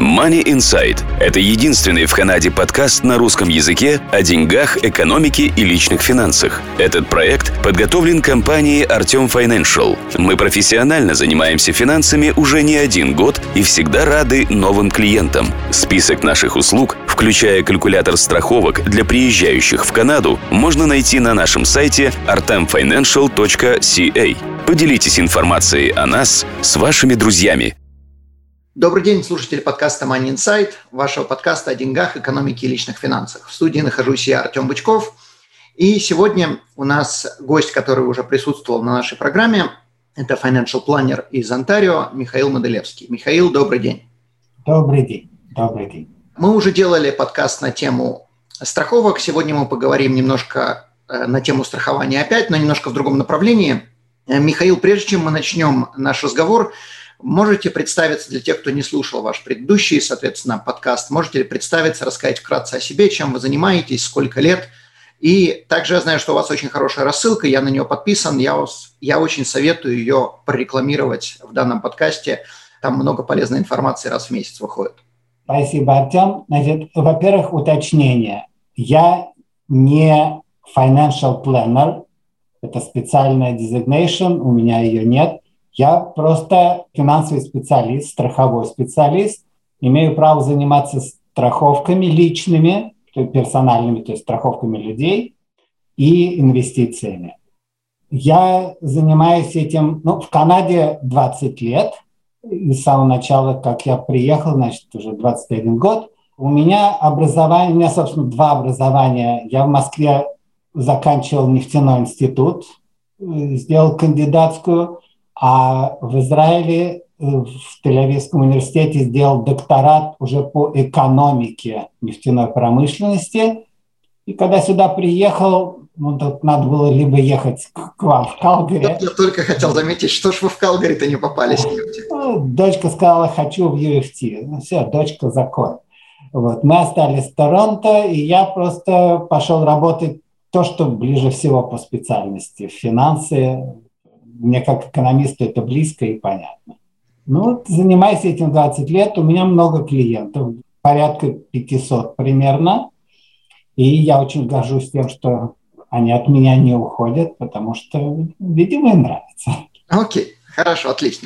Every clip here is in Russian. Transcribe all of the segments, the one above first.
Money Insight – это единственный в Канаде подкаст на русском языке о деньгах, экономике и личных финансах. Этот проект подготовлен компанией Artem Financial. Мы профессионально занимаемся финансами уже не один год и всегда рады новым клиентам. Список наших услуг, включая калькулятор страховок для приезжающих в Канаду, можно найти на нашем сайте artemfinancial.ca. Поделитесь информацией о нас с вашими друзьями. Добрый день, слушатели подкаста Money Insight, вашего подкаста о деньгах, экономике и личных финансах. В студии нахожусь я, Артем Бычков. И сегодня у нас гость, который уже присутствовал на нашей программе. Это financial planner из Онтарио Михаил Моделевский. Михаил, добрый день. Добрый день. Добрый день. Мы уже делали подкаст на тему страховок. Сегодня мы поговорим немножко на тему страхования опять, но немножко в другом направлении. Михаил, прежде чем мы начнем наш разговор, можете представиться для тех, кто не слушал ваш предыдущий, соответственно, подкаст. Можете ли представиться, рассказать вкратце о себе, чем вы занимаетесь, сколько лет. И также я знаю, что у вас очень хорошая рассылка, я на нее подписан. Я очень советую ее прорекламировать в данном подкасте. Там много полезной информации раз в месяц выходит. Спасибо, Артем. Значит, во-первых, уточнение. Я не financial planner. Это специальная designation, у меня ее нет. Я просто финансовый специалист, страховой специалист, имею право заниматься страховками личными, персональными, то есть страховками людей и инвестициями. Я занимаюсь этим, в Канаде 20 лет, с самого начала, как я приехал, значит, уже 21 год. У меня, собственно, два образования. Я в Москве заканчивал нефтяной институт, сделал кандидатскую, а в Израиле в Тель-Авивском университете сделал докторат уже по экономике нефтяной промышленности. И когда сюда приехал, тут надо было либо ехать к вам в Калгари. Я только хотел заметить, что ж вы в Калгари-то не попали с нефти. Дочка сказала, хочу в UFT. Все, дочка закон. Мы остались в Торонто, и я просто пошел работать то, что ближе всего по специальности. Финансы. Мне как экономисту это близко и понятно. Занимаюсь этим 20 лет. У меня много клиентов, порядка 500 примерно. И я очень горжусь тем, что они от меня не уходят, потому что, видимо, им нравится. Окей, хорошо, отлично.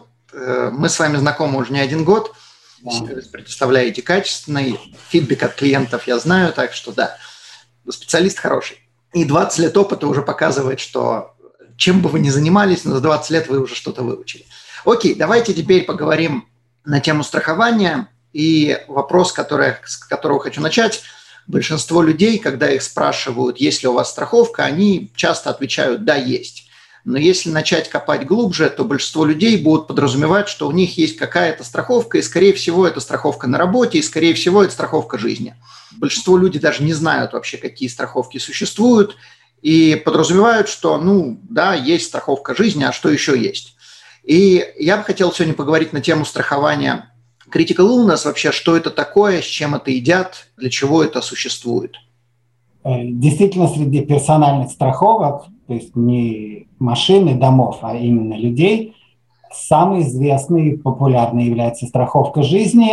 Мы с вами знакомы уже не один год. Да. Сервис предоставляете качественный. Фидбэк от клиентов я знаю, так что да, специалист хороший. И 20 лет опыта уже показывает, что чем бы вы ни занимались, но за 20 лет вы уже что-то выучили. Окей, давайте теперь поговорим на тему страхования. И вопрос, с которого хочу начать. Большинство людей, когда их спрашивают, есть ли у вас страховка, они часто отвечают «да, есть». Но если начать копать глубже, то большинство людей будут подразумевать, что у них есть какая-то страховка, и, скорее всего, это страховка на работе, и, скорее всего, это страховка жизни. Большинство людей даже не знают вообще, какие страховки существуют, и подразумевают, что, есть страховка жизни, а что еще есть? И я бы хотел сегодня поговорить на тему страхования critical illness, вообще, что это такое, с чем это едят, для чего это существует. Действительно, среди персональных страховок, то есть не машин и домов, а именно людей, самой известной и популярной является страховка жизни.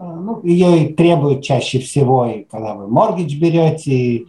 Ее и требуют чаще всего, и когда вы моргидж берете, и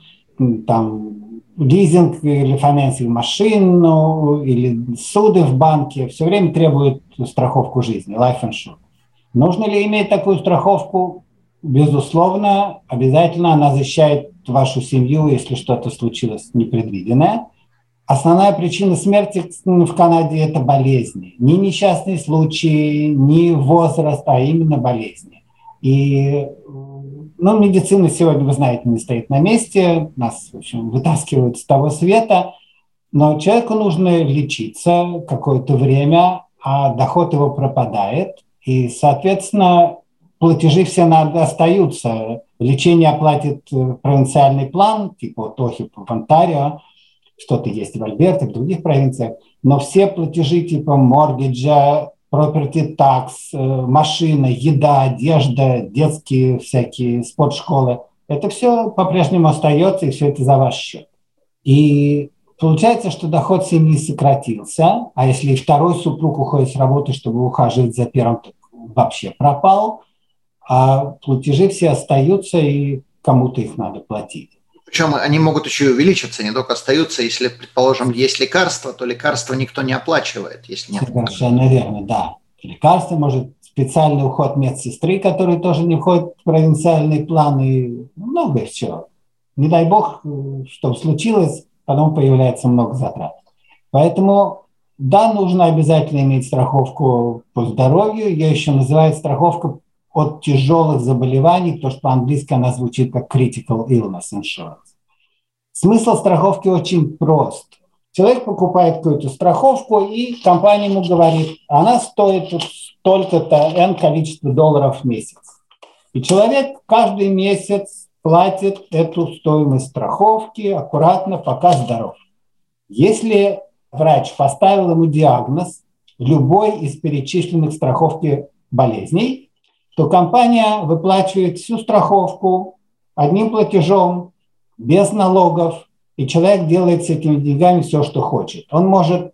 лизинг или финансинг машину, или суды в банке, все время требуют страховку жизни, life insurance. Нужно ли иметь такую страховку? Безусловно, обязательно она защищает вашу семью, если что-то случилось непредвиденное. Основная причина смерти в Канаде – это болезни. Не несчастные случаи, не возраст, а именно болезни. И медицина сегодня, вы знаете, не стоит на месте, нас, в общем, вытаскивают с того света, но человеку нужно лечиться какое-то время, а доход его пропадает, и, соответственно, платежи все остаются. Лечение оплатит провинциальный план, типа ОХИП в Онтарио, что-то есть в Альберте, в других провинциях, но все платежи типа моргиджа, property tax, машина, еда, одежда, детские всякие спортшколы, это все по-прежнему остается, и все это за ваш счет. И получается, что доход семьи сократился, а если второй супруг уходит с работы, чтобы ухаживать за первым, то вообще пропал. а платежи все остаются, и кому-то их надо платить. Причем они могут еще и увеличиться, не только остаются. Если, предположим, есть лекарства, то лекарства никто не оплачивает, если нет. Совершенно верно, да. Лекарства, может, специальный уход медсестры, который тоже не входит в провинциальные планы, много чего. Не дай бог, что случилось, потом появляется много затрат. Поэтому, да, нужно обязательно иметь страховку по здоровью. Ее еще называют страховка от тяжелых заболеваний, то, что по-английски она звучит как critical illness insurance. Смысл страховки очень прост. Человек покупает какую-то страховку, и компания ему говорит, она стоит столько-то N количество долларов в месяц. И человек каждый месяц платит эту стоимость страховки аккуратно, пока здоров. Если врач поставил ему диагноз любой из перечисленных в страховке болезней, то компания выплачивает всю страховку одним платежом, без налогов, и человек делает с этими деньгами все, что хочет. Он может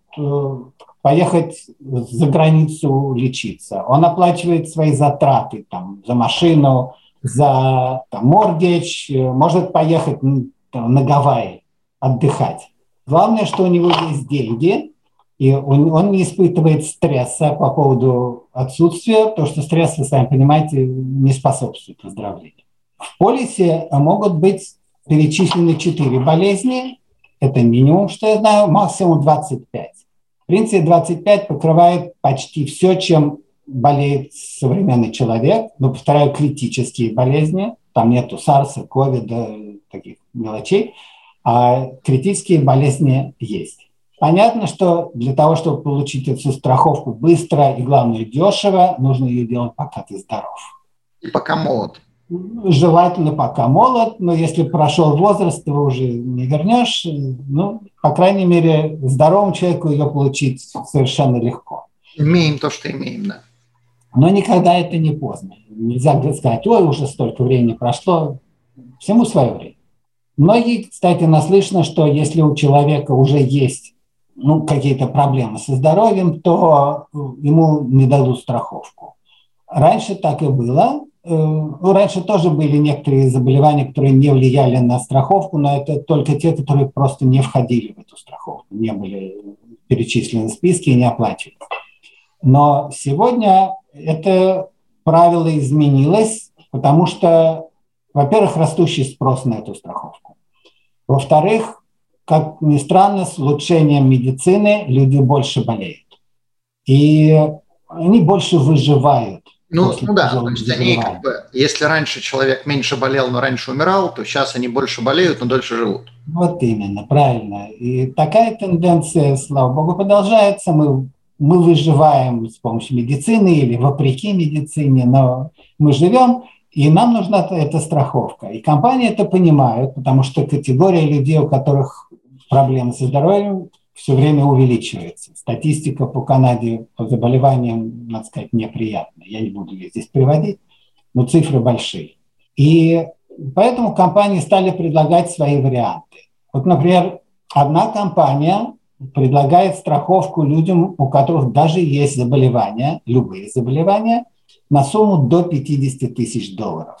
поехать за границу лечиться, он оплачивает свои затраты там, за машину, за моргидж, может поехать на Гавайи отдыхать. Главное, что у него есть деньги, и он не испытывает стресса по поводу отсутствия, потому что стресс, вы сами понимаете, не способствует выздоровлению. В полисе могут быть перечислены 4 болезни, это минимум, что я знаю, максимум 25. В принципе, 25 покрывает почти все, чем болеет современный человек. Но, повторяю, критические болезни, там нету САРСа, ковида, таких мелочей, а критические болезни есть. Понятно, что для того, чтобы получить эту страховку быстро и, главное, дешево, нужно ее делать, пока ты здоров. И пока молод. Желательно, пока молод, но если прошел возраст, ты его уже не вернешь. Ну, по крайней мере, здоровому человеку ее получить совершенно легко. Имеем то, что имеем, да. Но никогда это не поздно. Нельзя сказать, ой, уже столько времени прошло. Всему свое время. Многие, кстати, наслышаны, что если у человека уже есть какие-то проблемы со здоровьем, то ему не дадут страховку. Раньше так и было. Раньше тоже были некоторые заболевания, которые не влияли на страховку, но это только те, которые просто не входили в эту страховку, не были перечислены в списке и не оплачивались. Но сегодня это правило изменилось, потому что, во-первых, растущий спрос на эту страховку. Во-вторых, как ни странно, с улучшением медицины люди больше болеют. И они больше выживают. Ну да, то есть они если раньше человек меньше болел, но раньше умирал, то сейчас они больше болеют, но дольше живут. Вот именно, правильно. И такая тенденция, слава богу, продолжается. Мы выживаем с помощью медицины или вопреки медицине, но мы живем, и нам нужна эта страховка. И компании это понимают, потому что категория людей, у которых проблемы со здоровьем, все время увеличивается. Статистика по Канаде по заболеваниям, надо сказать, неприятная. Я не буду ее здесь приводить, но цифры большие. И поэтому компании стали предлагать свои варианты. Вот, например, одна компания предлагает страховку людям, у которых даже есть заболевания, любые заболевания, на сумму до $50 тысяч.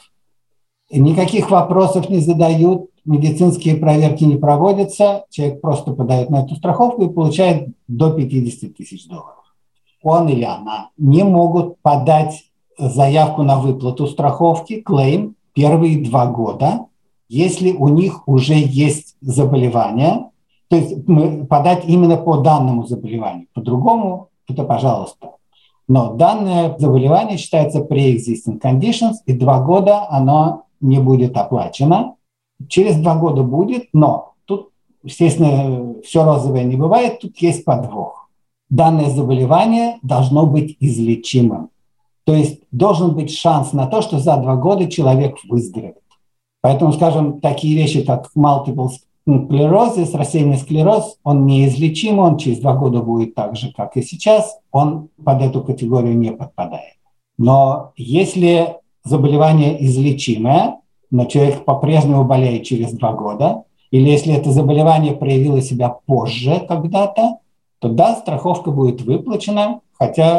И никаких вопросов не задают, медицинские проверки не проводятся, человек просто подает на эту страховку и получает до $50 тысяч. Он или она не могут подать заявку на выплату страховки, клейм, первые 2 года, если у них уже есть заболевание, то есть подать именно по данному заболеванию. По-другому это пожалуйста. Но данное заболевание считается pre-existing conditions, и 2 года оно не будет оплачено. Через 2 года будет, но тут, естественно, все розовое не бывает, тут есть подвох. Данное заболевание должно быть излечимым. То есть должен быть шанс на то, что за 2 года человек выздоровеет. Поэтому, скажем, такие вещи, как multiple sclerosis, рассеянный склероз, он неизлечим, он через 2 года будет так же, как и сейчас, он под эту категорию не подпадает. Но если заболевание излечимое, но человек по-прежнему болеет через 2 года, или если это заболевание проявило себя позже когда-то, то да, страховка будет выплачена, хотя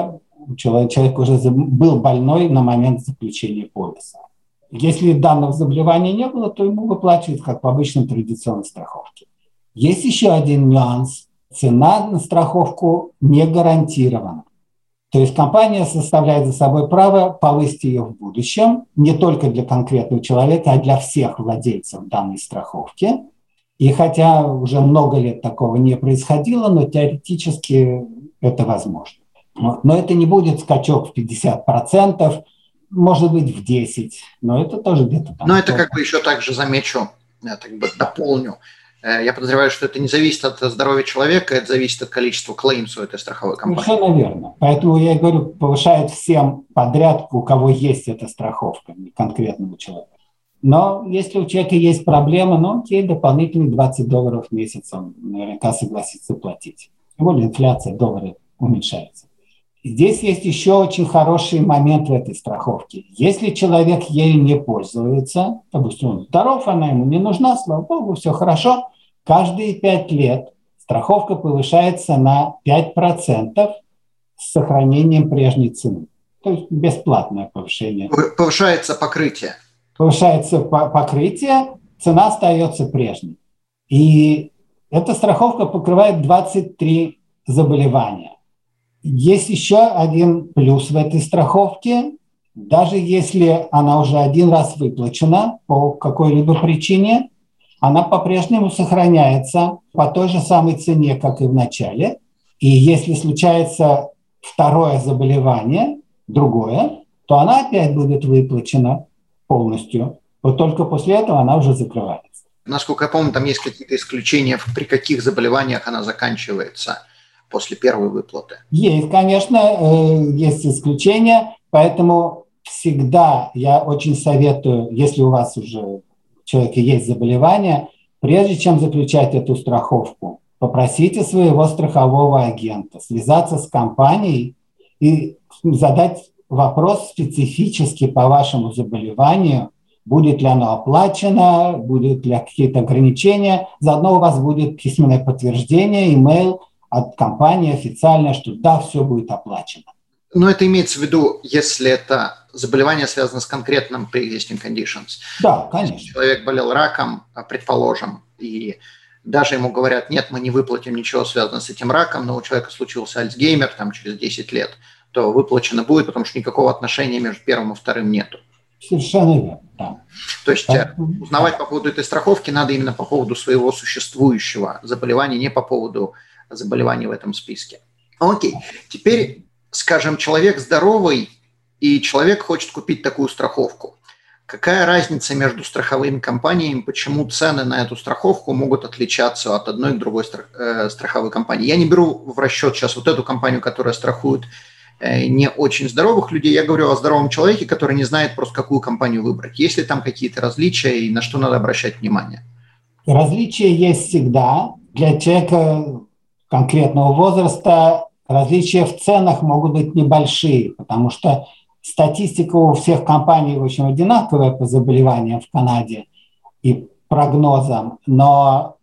человек уже был больной на момент заключения полиса. Если данного заболевания не было, то ему выплачивают как по обычной традиционной страховке. Есть еще один нюанс. Цена на страховку не гарантирована. То есть компания составляет за собой право повысить ее в будущем не только для конкретного человека, а для всех владельцев данной страховки. И хотя уже много лет такого не происходило, но теоретически это возможно. Но это не будет скачок в 50%, может быть, в 10%, но это тоже где-то там. Но это как бы еще также замечу, я так бы дополню. Я подозреваю, что это не зависит от здоровья человека, это зависит от количества клеймс у этой страховой компании. Совершенно верно. Поэтому я говорю, повышает всем подряд, у кого есть эта страховка, не конкретному человеку. Но если у человека есть проблема, ну, окей, дополнительные $20 в месяц он наверняка согласится платить. Тем более инфляция, доллары уменьшается. Здесь есть еще очень хороший момент в этой страховке. Если человек ею не пользуется, допустим, он здоров, она ему не нужна, слава богу, все хорошо, каждые 5 лет страховка повышается на 5% с сохранением прежней цены. То есть бесплатное повышение. Повышается покрытие. Повышается покрытие, цена остается прежней. И эта страховка покрывает 23 заболевания. Есть еще один плюс в этой страховке. Даже если она уже один раз выплачена по какой-либо причине, она по-прежнему сохраняется по той же самой цене, как и в начале. И если случается второе заболевание, другое, то она опять будет выплачена полностью. Вот только после этого она уже закрывается. Насколько я помню, там есть какие-то исключения, при каких заболеваниях она заканчивается после первой выплаты. Есть, конечно, есть исключения, поэтому всегда я очень советую, если у вас уже у человека есть заболевание, прежде чем заключать эту страховку, попросите своего страхового агента связаться с компанией и задать вопрос специфически по вашему заболеванию, будет ли оно оплачено, будут ли какие-то ограничения. Заодно у вас будет письменное подтверждение, имейл от компании официально, что да, все будет оплачено. Но это имеется в виду, если это заболевание связано с конкретным pre-existing conditions. Да, конечно. Если человек болел раком, предположим, и даже ему говорят, нет, мы не выплатим ничего связанного с этим раком, но у человека случился Альцгеймер там, через 10 лет, то выплачено будет, потому что никакого отношения между первым и вторым нету. Совершенно верно, да. То есть узнавать по поводу этой страховки надо именно по поводу своего существующего заболевания, не по поводу заболеваний в этом списке. Окей, теперь, скажем, человек здоровый, и человек хочет купить такую страховку. Какая разница между страховыми компаниями, почему цены на эту страховку могут отличаться от одной к другой страховой компании? Я не беру в расчет сейчас вот эту компанию, которая страхует не очень здоровых людей, я говорю о здоровом человеке, который не знает просто, какую компанию выбрать. Есть ли там какие-то различия и на что надо обращать внимание? Различия есть всегда. Для человека конкретного возраста различия в ценах могут быть небольшие, потому что статистика у всех компаний, в общем, одинаковая по заболеваниям в Канаде и прогнозам, но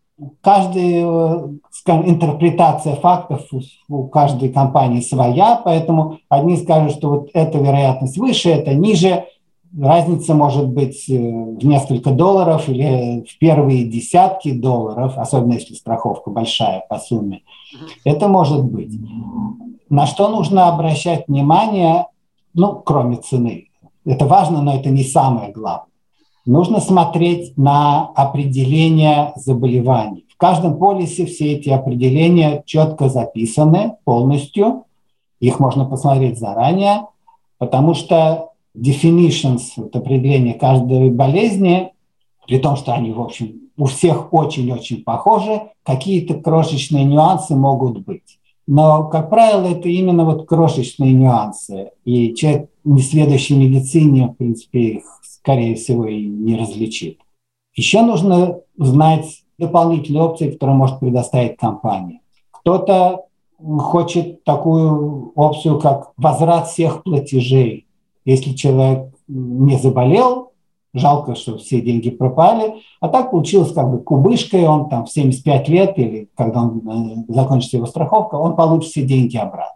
каждая интерпретация фактов у каждой компании своя, поэтому одни скажут, что вот эта вероятность выше, это ниже, разница может быть в несколько долларов или в первые десятки долларов, особенно если страховка большая по сумме. Это может быть. На что нужно обращать внимание, ну, кроме цены? Это важно, но это не самое главное. Нужно смотреть на определение заболеваний. В каждом полисе все эти определения четко записаны полностью. Их можно посмотреть заранее, потому что definitions, определение каждой болезни, при том, что они, в общем, у всех очень-очень похожи, какие-то крошечные нюансы могут быть. Но, как правило, это именно вот крошечные нюансы. И человек, несведущий в медицине, в принципе, их, скорее всего, и не различит. Еще нужно знать дополнительные опции, которые может предоставить компания. Кто-то хочет такую опцию, как возврат всех платежей. Если человек не заболел, жалко, что все деньги пропали, а так получилось как бы кубышкой, он там в 75 лет или когда он закончится его страховка, он получит все деньги обратно.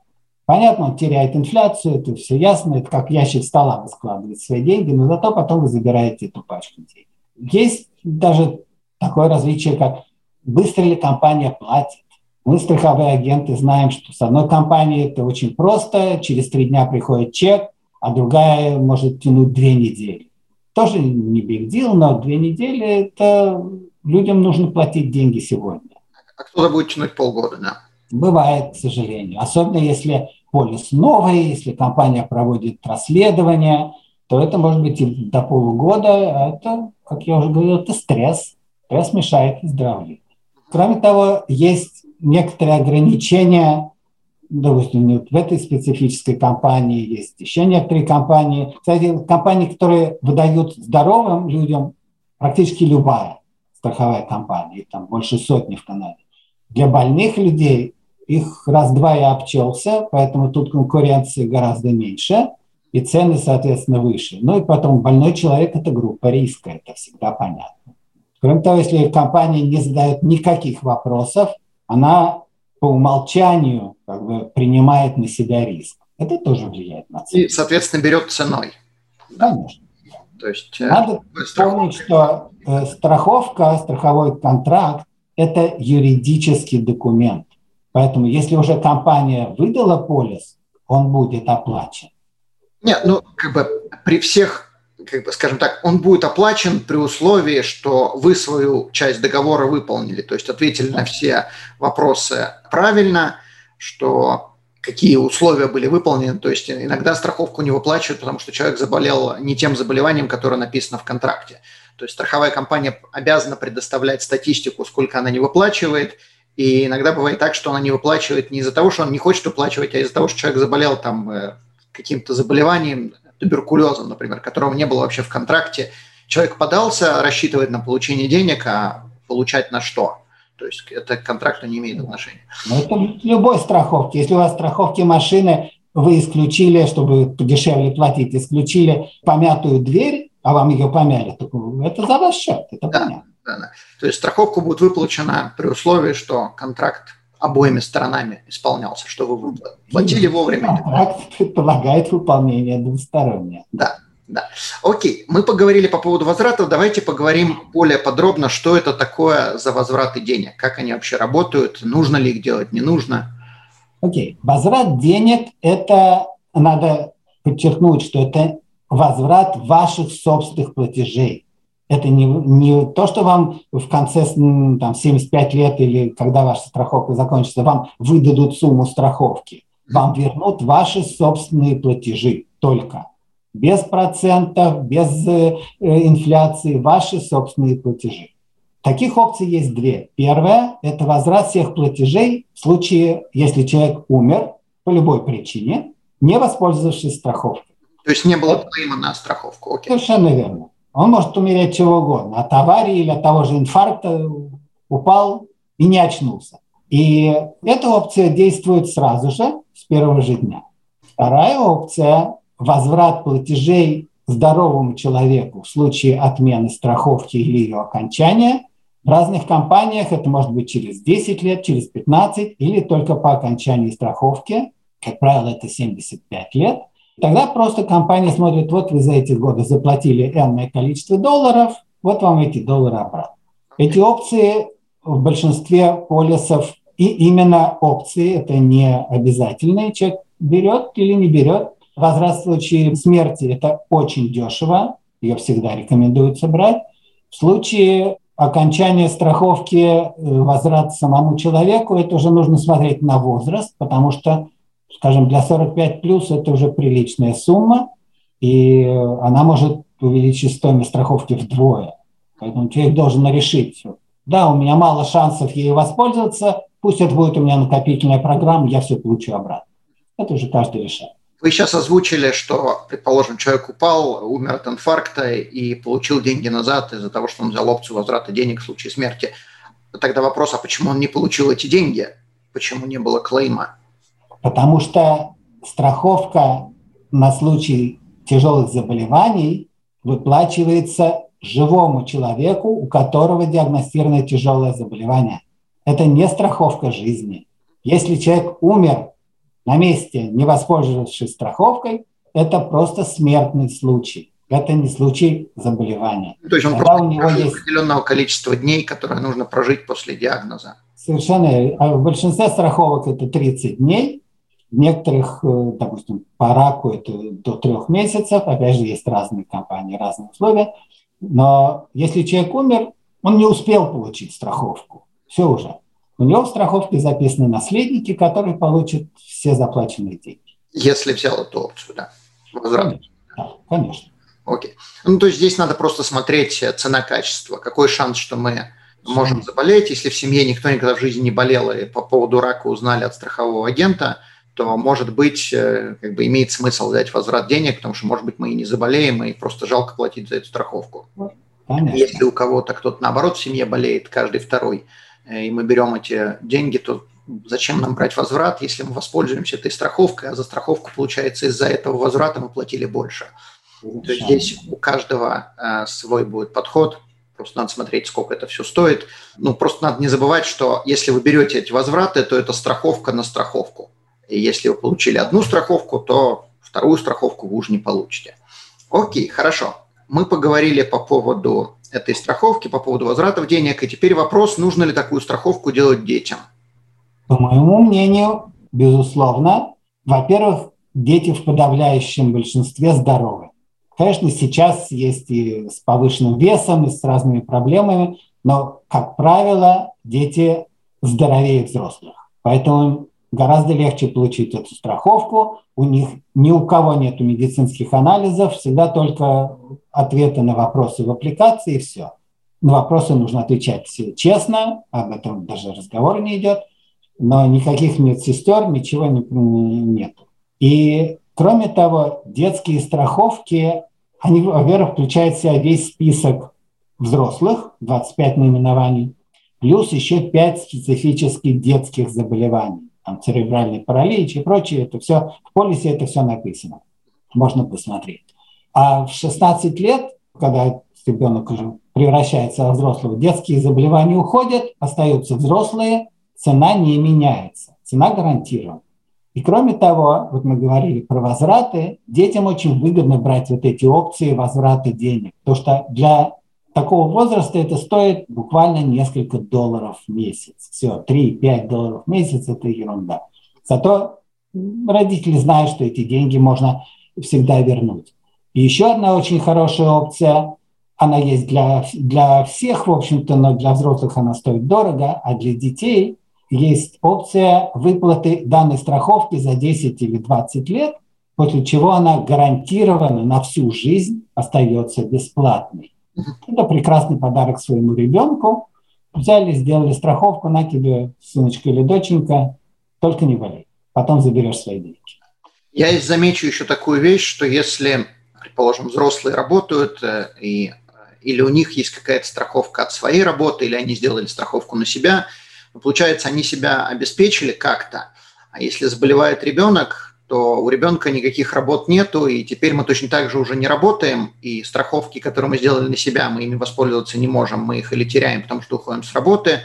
Понятно, он теряет инфляцию, это все ясно, это как ящик стола вы складываете свои деньги, но зато потом вы забираете эту пачку денег. Есть даже такое различие, как быстро ли компания платит. Мы, страховые агенты, знаем, что с одной компанией это очень просто, через 3 дня приходит чек, а другая может тянуть 2 недели. Тоже не big deal, но 2 недели – это людям нужно платить деньги сегодня. А кто-то будет тянуть полгода, да? Бывает, к сожалению. Особенно если полис новый, если компания проводит расследование, то это может быть и до полугода. А это, как я уже говорил, это стресс. Стресс мешает выздоровлению. Кроме того, есть некоторые ограничения, допустим, в этой специфической компании есть еще некоторые компании. Кстати, компании, которые выдают здоровым людям, практически любая страховая компания, их там больше 100 в Канаде. Для больных людей их раз-два я обчелся, поэтому тут конкуренции гораздо меньше и цены, соответственно, выше. Ну и потом больной человек – это группа риска, это всегда понятно. Кроме того, если компания не задает никаких вопросов, она по умолчанию как бы принимает на себя риск. Это тоже влияет на цену. И, соответственно, берет ценой. Конечно. То есть, надо помнить, что страховка, страховой контракт – это юридический документ. Поэтому если уже компания выдала полис, он будет оплачен. Нет, ну, как бы при всех, как бы, скажем так, он будет оплачен при условии, что вы свою часть договора выполнили, то есть ответили на все вопросы правильно, что какие условия были выполнены. То есть иногда страховку не выплачивают, потому что человек заболел не тем заболеванием, которое написано в контракте. То есть страховая компания обязана предоставлять статистику, сколько она не выплачивает. И иногда бывает так, что она не выплачивает не из-за того, что он не хочет выплачивать, а из-за того, что человек заболел там каким-то заболеванием, туберкулезом, например, которого не было вообще в контракте. Человек подался, рассчитывает на получение денег, а получать на что? То есть это к контракту не имеет отношения. Но это любой страховки. Если у вас страховки машины, вы исключили, чтобы подешевле платить, исключили помятую дверь, а вам ее помяли, то это за ваш счет, это понятно. Да. То есть страховка будет выплачена при условии, что контракт обоими сторонами исполнялся, что вы платили вовремя. Контракт предполагает выполнение двустороннее. Да. Окей, мы поговорили по поводу возвратов, давайте поговорим более подробно, что это такое за возвраты денег, как они вообще работают, нужно ли их делать, не нужно. Окей, возврат денег – это, надо подчеркнуть, что это возврат ваших собственных платежей. Это не то, что вам в конце там, 75 лет или когда ваша страховка закончится, вам выдадут сумму страховки. Вам вернут ваши собственные платежи только. Без процентов, без инфляции, ваши собственные платежи. Таких опций есть 2. Первая – это возврат всех платежей в случае, если человек умер по любой причине, не воспользовавшись страховкой. То есть не было клейма на страховку. Окей. Совершенно верно. Он может умереть чего угодно, от аварии или от того же инфаркта, упал и не очнулся. И эта опция действует сразу же, с первого же дня. Вторая опция – возврат платежей здоровому человеку в случае отмены страховки или ее окончания. В разных компаниях это может быть через 10 лет, через 15 или только по окончании страховки. Как правило, это 75 лет. Тогда просто компания смотрит, вот вы за эти годы заплатили энное количество долларов, вот вам эти доллары обратно. Эти опции в большинстве полисов, и именно опции, это не обязательные, человек берет или не берет. Возврат в случае смерти – это очень дешево, ее всегда рекомендуется брать. В случае окончания страховки, возврат самому человеку, это уже нужно смотреть на возраст, потому что, скажем, для 45 плюс это уже приличная сумма, и она может увеличить стоимость страховки вдвое. Поэтому человек должен решить, да, у меня мало шансов ею воспользоваться, пусть это будет у меня накопительная программа, я все получу обратно. Это уже каждый решает. Вы сейчас озвучили, что, предположим, человек упал, умер от инфаркта и получил деньги назад из-за того, что он взял опцию возврата денег в случае смерти. Тогда вопрос, а почему он не получил эти деньги? Почему не было клейма? Потому что страховка на случай тяжелых заболеваний выплачивается живому человеку, у которого диагностировано тяжелое заболевание. Это не страховка жизни. Если человек умер на месте, не воспользовавшись страховкой, это просто смертный случай. Это не случай заболевания. То есть он Когда просто у него есть определенного количества дней, которые нужно прожить после диагноза. совершенно... А в большинстве страховок это 30 дней. В некоторых, допустим, по раку это до 3 месяцев. Опять же, есть разные компании, разные условия. Но если человек умер, он не успел получить страховку. Все уже. У него в страховке записаны наследники, которые получат все заплаченные деньги. Если взял эту опцию, да. Возврат. Конечно. Да, конечно. Окей. Ну, то есть здесь надо просто смотреть цена-качество. Какой шанс, что мы можем заболеть. Если в семье никто никогда в жизни не болел и по поводу рака узнали от страхового агента, то, может быть, как бы имеет смысл взять возврат денег, потому что, может быть, мы и не заболеем, и просто жалко платить за эту страховку. Конечно. Если у кого-то кто-то, наоборот, в семье болеет, каждый второй, и мы берем эти деньги, то зачем нам брать возврат, если мы воспользуемся этой страховкой, а за страховку, получается, из-за этого возврата мы платили больше. То есть здесь у каждого свой будет подход. Просто надо смотреть, сколько это все стоит. Ну, просто надо не забывать, что если вы берете эти возвраты, то это страховка на страховку. И если вы получили одну страховку, то вторую страховку вы уже не получите. Окей, хорошо. Мы поговорили по поводу этой страховки, по поводу возвратов денег. И теперь вопрос, нужно ли такую страховку делать детям? По моему мнению, безусловно. Во-первых, дети в подавляющем большинстве здоровы. Конечно, сейчас есть и с повышенным весом, и с разными проблемами, но, как правило, дети здоровее взрослых. Поэтому гораздо легче получить эту страховку. У них ни у кого нет медицинских анализов, всегда только ответы на вопросы в аппликации, и все. На вопросы нужно отвечать честно, об этом даже разговора не идет, но никаких медсестер, ничего нет. И кроме того, детские страховки, они, во-первых, включают в себя весь список взрослых, 25 наименований, плюс еще 5 специфических детских заболеваний, там церебральный паралич и прочее, это все, в полисе это все написано, можно посмотреть. А в 16 лет, когда ребенок уже превращается во взрослого, детские заболевания уходят, остаются взрослые, цена не меняется, цена гарантирована. И кроме того, вот мы говорили про возвраты, детям очень выгодно брать вот эти опции возврата денег, потому что для такого возраста это стоит буквально несколько долларов в месяц. Все, 3-5 долларов в месяц – это ерунда. Зато родители знают, что эти деньги можно всегда вернуть. И еще одна очень хорошая опция, она есть для всех, в общем-то, но для взрослых она стоит дорого, а для детей есть опция выплаты данной страховки за 10 или 20 лет, после чего она гарантированно на всю жизнь остается бесплатной. Это прекрасный подарок своему ребенку. Взяли, сделали страховку, на тебе, сыночка или доченька, только не болей. Потом заберешь свои деньги. Я замечу еще такую вещь, что если, предположим, взрослые работают, или у них есть какая-то страховка от своей работы, или они сделали страховку на себя, получается, они себя обеспечили как-то. А если заболевает ребенок, то у ребенка никаких работ нету, и теперь мы точно так же уже не работаем, и страховки, которые мы сделали на себя, мы ими воспользоваться не можем, мы их или теряем, потому что уходим с работы.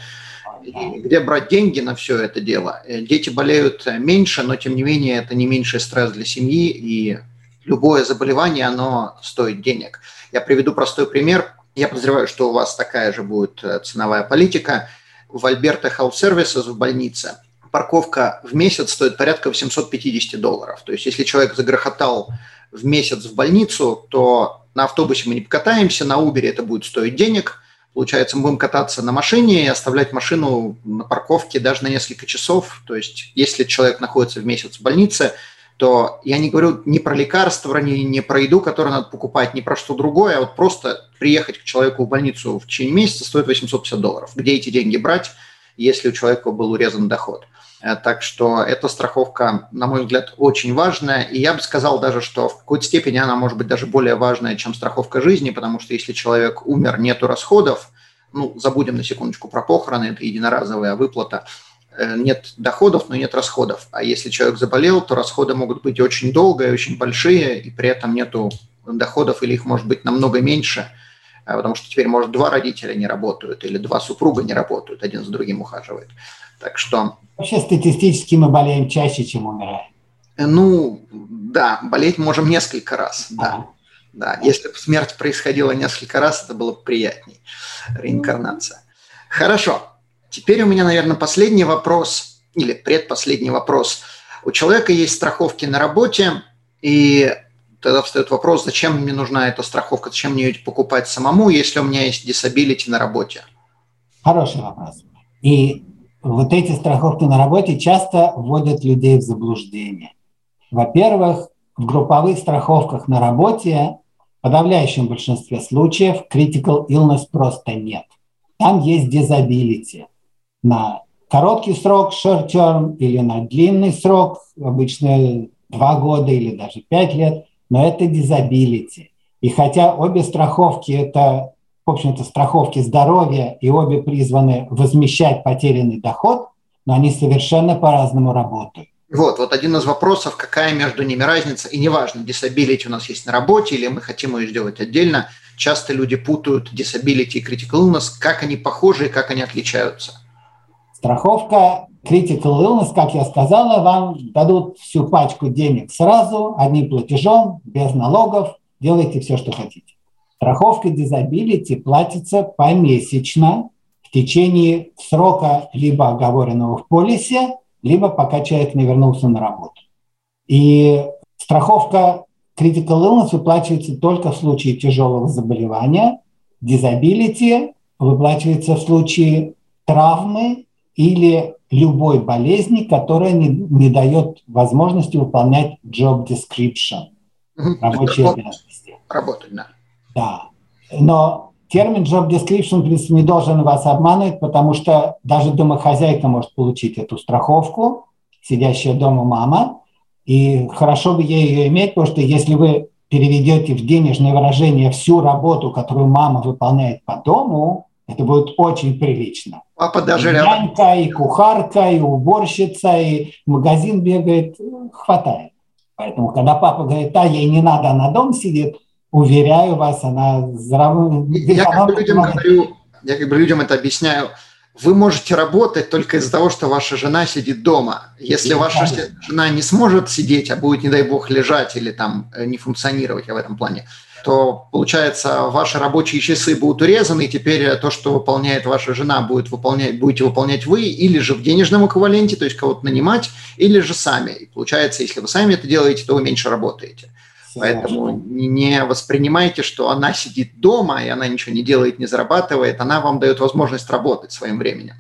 И где брать деньги на все это дело? Дети болеют меньше, но тем не менее это не меньший стресс для семьи, и любое заболевание, оно стоит денег. Я приведу простой пример. Я подозреваю, что у вас такая же будет ценовая политика. В Alberta Health Services в больнице парковка в месяц стоит порядка $850. То есть если человек загрохотал в месяц в больницу, то на автобусе мы не покатаемся, на Uber это будет стоить денег. Получается, мы будем кататься на машине и оставлять машину на парковке даже на несколько часов. То есть если человек находится в месяц в больнице, то я не говорю ни про лекарства, ни про еду, которую надо покупать, ни про что другое, а вот просто приехать к человеку в больницу в течение месяца стоит $850. Где эти деньги брать, если у человека был урезан доход? Так что эта страховка, на мой взгляд, очень важная. И я бы сказал даже, что в какой-то степени она может быть даже более важная, чем страховка жизни, потому что если человек умер, нету расходов, ну, забудем на секундочку про похороны, это единоразовая выплата, нет доходов, но нет расходов. А если человек заболел, то расходы могут быть очень долго и очень большие, и при этом нету доходов, или их может быть намного меньше, потому что теперь, может, 2 родителя не работают, или 2 супруга не работают, один за другим ухаживает. Так что... Вообще статистически мы болеем чаще, чем умираем. Ну, да, болеть можем несколько раз, да. Да, если бы смерть происходила несколько раз, это было бы приятней. Реинкарнация. Хорошо. Теперь у меня, наверное, последний вопрос, или предпоследний вопрос. У человека есть страховки на работе, и тогда встает вопрос, зачем мне нужна эта страховка, зачем мне ее покупать самому, если у меня есть disability на работе? Хороший вопрос. И вот эти страховки на работе часто вводят людей в заблуждение. Во-первых, в групповых страховках на работе в подавляющем большинстве случаев critical illness просто нет. Там есть disability на короткий срок, short term, или на длинный срок, обычно 2 года или даже 5 лет, но это disability. И хотя обе страховки – это, в общем-то, страховки здоровья, и обе призваны возмещать потерянный доход, но они совершенно по-разному работают. Вот один из вопросов, какая между ними разница, и неважно, disability у нас есть на работе, или мы хотим ее сделать отдельно, часто люди путают disability и critical illness, как они похожи и как они отличаются. Страховка critical illness, как я сказала, вам дадут всю пачку денег сразу, одним платежом, без налогов, делайте все, что хотите. Страховка disability платится помесячно в течение срока либо оговоренного в полисе, либо пока человек не вернулся на работу. И страховка critical illness выплачивается только в случае тяжелого заболевания, disability выплачивается в случае травмы или любой болезни, которая не дает возможности выполнять job description, рабочие обязанности. Работать, да. Да. Но термин job description, в принципе, не должен вас обманывать, потому что даже домохозяйка может получить эту страховку, сидящая дома мама, и хорошо бы ей ее иметь, потому что если вы переведете в денежное выражение всю работу, которую мама выполняет по дому, это будет очень прилично. Папа даже нянька, и кухарка, и уборщица, и в магазин бегает, хватает. Поэтому, когда папа говорит, ей не надо, она дома сидит, уверяю вас, она здравая. Я как бы людям это объясняю. Вы можете работать только из-за того, что ваша жена сидит дома. Если ваша жена не сможет сидеть, а будет, не дай бог, лежать или там не функционировать в этом плане, то, получается, ваши рабочие часы будут урезаны, и теперь то, что выполняет ваша жена, будете выполнять вы, или же в денежном эквиваленте, то есть кого-то нанимать, или же сами. И получается, если вы сами это делаете, то вы меньше работаете. Поэтому не воспринимайте, что она сидит дома, и она ничего не делает, не зарабатывает, она вам дает возможность работать своим временем.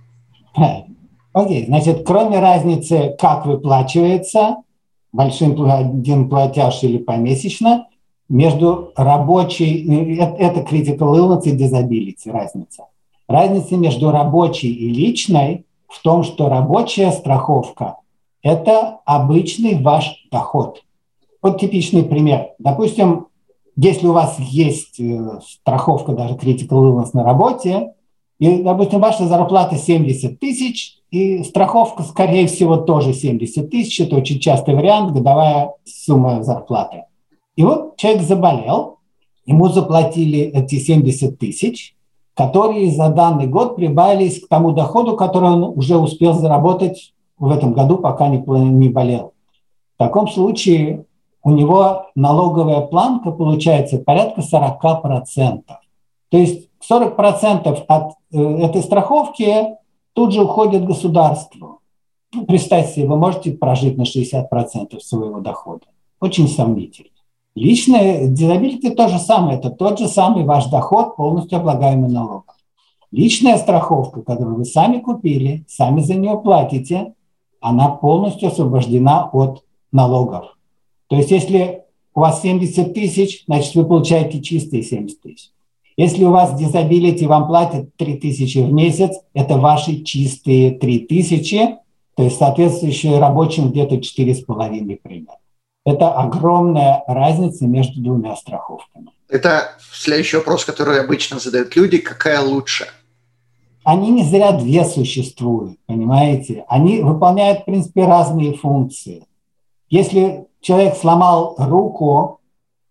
Окей, значит, кроме разницы, как выплачивается, большим один платеж или помесячно, между рабочей, это critical illness и disability разница. Разница между рабочей и личной в том, что рабочая страховка – это обычный ваш доход. Вот типичный пример. Допустим, если у вас есть страховка, даже critical illness на работе, и, допустим, ваша зарплата 70 тысяч, и страховка, скорее всего, тоже 70 тысяч, это очень частый вариант, годовая сумма зарплаты. И вот человек заболел, ему заплатили эти 70 тысяч, которые за данный год прибавились к тому доходу, который он уже успел заработать в этом году, пока не болел. В таком случае у него налоговая планка получается порядка 40%. То есть 40% от этой страховки тут же уходит государству. Представьте себе, вы можете прожить на 60% своего дохода. Очень сомнительно. Личное disability то же самое, это тот же самый ваш доход, полностью облагаемый налогом. Личная страховка, которую вы сами купили, сами за нее платите, она полностью освобождена от налогов. То есть если у вас 70 тысяч, значит вы получаете чистые 70 тысяч. Если у вас disability, вам платят 3 тысячи в месяц, это ваши чистые 3 тысячи, то есть соответствующие рабочим где-то 4,5 примерно. Это огромная разница между двумя страховками. Это следующий вопрос, который обычно задают люди. Какая лучше? Они не зря две существуют, понимаете? Они выполняют, в принципе, разные функции. Если человек сломал руку,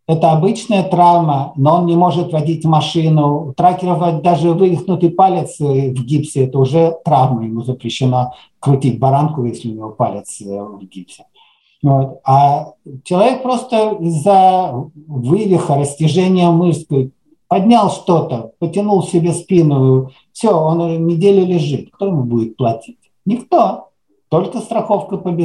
это обычная травма, но он не может водить машину. У тракеров даже вывихнутый палец в гипсе – это уже травма. Ему запрещено крутить баранку, если у него палец в гипсе. Вот. А человек просто из-за вывиха, растяжения мышц поднял что-то, потянул себе спину, все, он уже неделю лежит. Кто ему будет платить? Никто. Только страховка по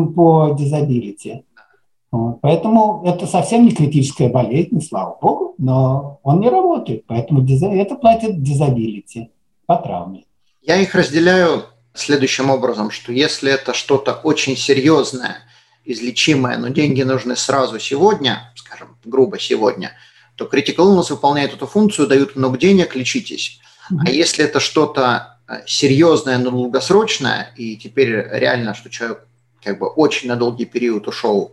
дизабилити. Вот. Поэтому это совсем не критическая болезнь, слава богу, но он не работает. Поэтому это платит дизабилити по травме. Я их разделяю следующим образом, что если это что-то очень серьезное, излечимое, но деньги нужны сразу сегодня, скажем, грубо сегодня, то Critical Illness выполняет эту функцию, дают много денег, лечитесь. А если это что-то серьезное, но долгосрочное, и теперь реально, что человек как бы очень на долгий период ушел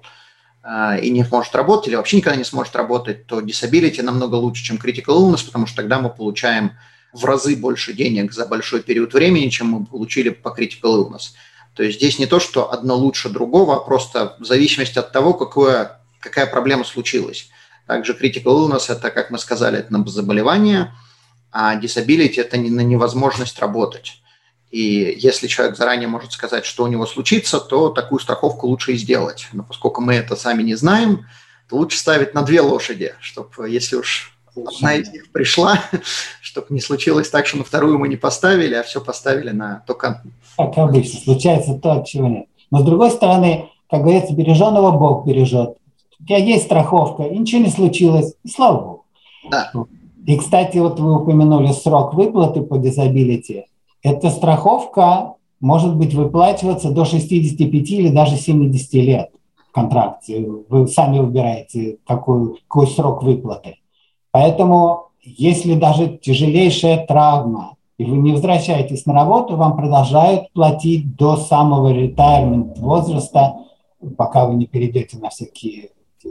и не может работать, или вообще никогда не сможет работать, то disability намного лучше, чем critical illness, потому что тогда мы получаем в разы больше денег за большой период времени, чем мы получили по critical illness. То есть здесь не то, что одно лучше другого, а просто в зависимости от того, какая проблема случилась. Также critical illness – это, как мы сказали, это на заболевание, а disability – это на невозможность работать. И если человек заранее может сказать, что у него случится, то такую страховку лучше и сделать. Но поскольку мы это сами не знаем, то лучше ставить на 2 лошади, чтобы, если уж одна из них пришла, чтобы не случилось так, что на вторую мы не поставили, а все поставили на только... Как обычно, случается то, от чего нет. Но с другой стороны, как говорится, береженого Бог бережет. У тебя есть страховка, и ничего не случилось, и слава Богу. Да. И, кстати, вот вы упомянули срок выплаты по дизабилити. Эта страховка может быть выплачиваться до 65 или даже 70 лет в контракте. Вы сами выбираете, какой срок выплаты. Поэтому, если даже тяжелейшая травма, и вы не возвращаетесь на работу, вам продолжают платить до самого retirement возраста, пока вы не перейдете на всякие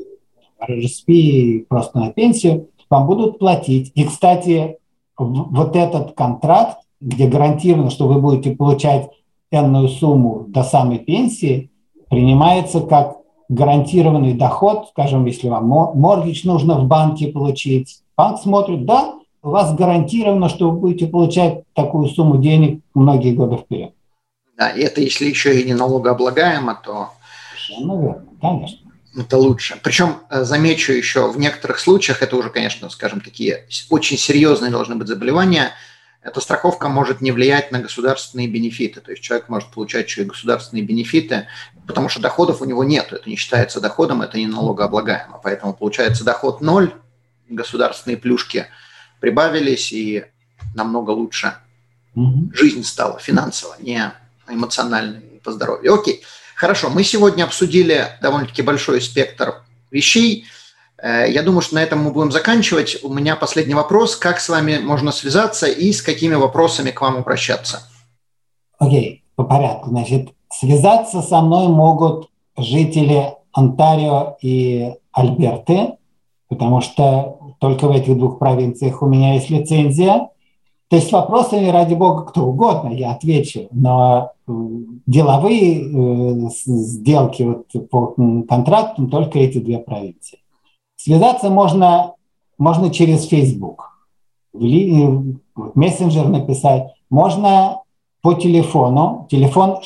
RRSP, просто на пенсию, вам будут платить. И, кстати, вот этот контракт, где гарантировано, что вы будете получать энную сумму до самой пенсии, принимается как гарантированный доход. Скажем, если вам моргидж нужно в банке получить, банк смотрит, да, у вас гарантировано, что вы будете получать такую сумму денег многие годы вперед. Да, и это если еще и не налогооблагаемо, то... Наверное, конечно. Это лучше. Причем, замечу еще, в некоторых случаях, это уже, конечно, скажем, такие очень серьезные должны быть заболевания, эта страховка может не влиять на государственные бенефиты. То есть человек может получать еще и государственные бенефиты, потому что доходов у него нет. Это не считается доходом, это не налогооблагаемо. Поэтому получается доход 0, государственные плюшки прибавились, и намного лучше жизнь стала финансово, не эмоционально и по здоровью. Окей, хорошо. Мы сегодня обсудили довольно-таки большой спектр вещей. Я думаю, что на этом мы будем заканчивать. У меня последний вопрос. Как с вами можно связаться и с какими вопросами к вам обращаться? Окей, по порядку. Значит, связаться со мной могут жители Онтарио и Альберты, потому что только в этих 2 провинциях у меня есть лицензия. То есть с вопросами, ради бога, кто угодно, я отвечу. Но деловые сделки вот по контрактам только эти 2 провинции. Связаться можно через Facebook, мессенджер написать. Можно по телефону. Телефон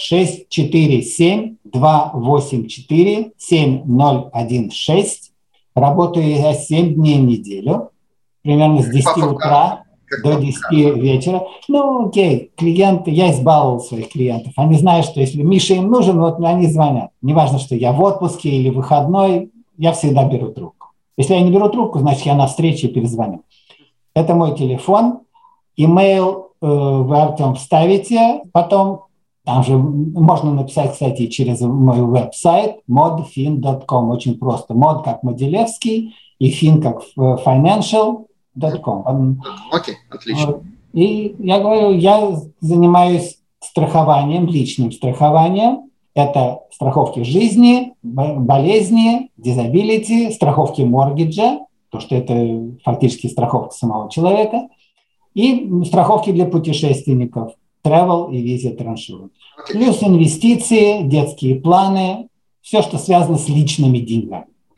647-284-7016. Работаю я 7 дней в неделю, примерно с 10 утра до 10 вечера. Ну, окей, клиенты, я избаловал своих клиентов. Они знают, что если Миша им нужен, вот они звонят. Неважно, что я в отпуске или выходной, я всегда беру трубку. Если я не беру трубку, значит, я на встрече перезвоню. Это мой телефон. Имейл вы, Артем, вставите. Потом, там же можно написать, кстати, через мой веб-сайт modfin.com. Очень просто. Mod как Моделевский и fin как financial.com. Окей, отлично. И я говорю, я занимаюсь страхованием, личным страхованием. Это страховки жизни, болезни, дизабилити, страховки моргиджа, то, что это фактически страховка самого человека, и страховки для путешественников, travel и visit insurance. Плюс инвестиции, детские планы, все, что связано с личными деньгами.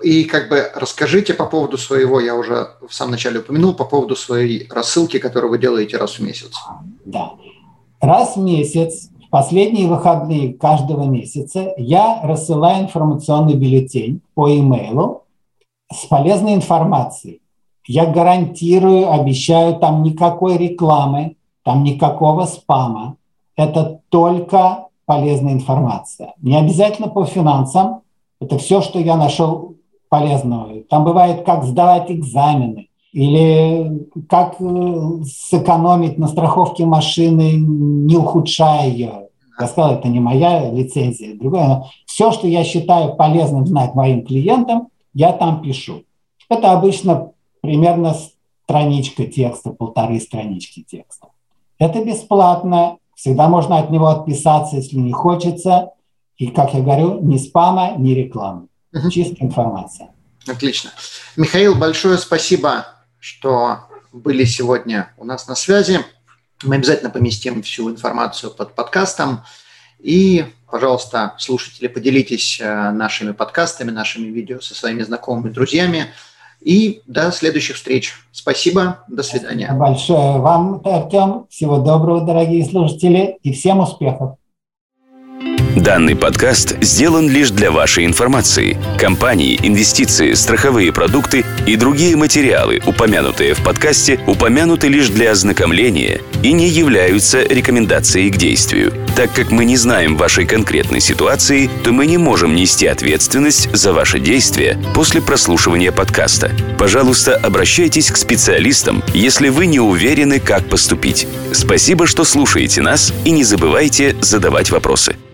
И расскажите по поводу своего, я уже в самом начале упомянул, по поводу своей рассылки, которую вы делаете раз в месяц. Да. Раз в месяц, в последние выходные каждого месяца, я рассылаю информационный бюллетень по имейлу с полезной информацией. Я гарантирую, обещаю, там никакой рекламы, там никакого спама. Это только полезная информация. Не обязательно по финансам. Это все, что я нашел полезного. Там бывает, как сдавать экзамены, или как сэкономить на страховке машины, не ухудшая ее. Я сказал, это не моя лицензия, другое. Но все, что я считаю полезным знать моим клиентам, я там пишу. Это обычно примерно страничка текста, 1,5 странички текста. Это бесплатно. Всегда можно от него отписаться, если не хочется. И, как я говорю, ни спама, ни рекламы. Чистая информация. Отлично. Михаил, большое спасибо, что были сегодня у нас на связи. Мы обязательно поместим всю информацию под подкастом. И, пожалуйста, слушатели, поделитесь нашими подкастами, нашими видео со своими знакомыми, друзьями. И до следующих встреч. Спасибо. До свидания. Спасибо большое вам, Артем. Всего доброго, дорогие слушатели. И всем успехов. Данный подкаст сделан лишь для вашей информации. Компании, инвестиции, страховые продукты и другие материалы, упомянутые в подкасте, упомянуты лишь для ознакомления и не являются рекомендацией к действию. Так как мы не знаем вашей конкретной ситуации, то мы не можем нести ответственность за ваши действия после прослушивания подкаста. Пожалуйста, обращайтесь к специалистам, если вы не уверены, как поступить. Спасибо, что слушаете нас, и не забывайте задавать вопросы.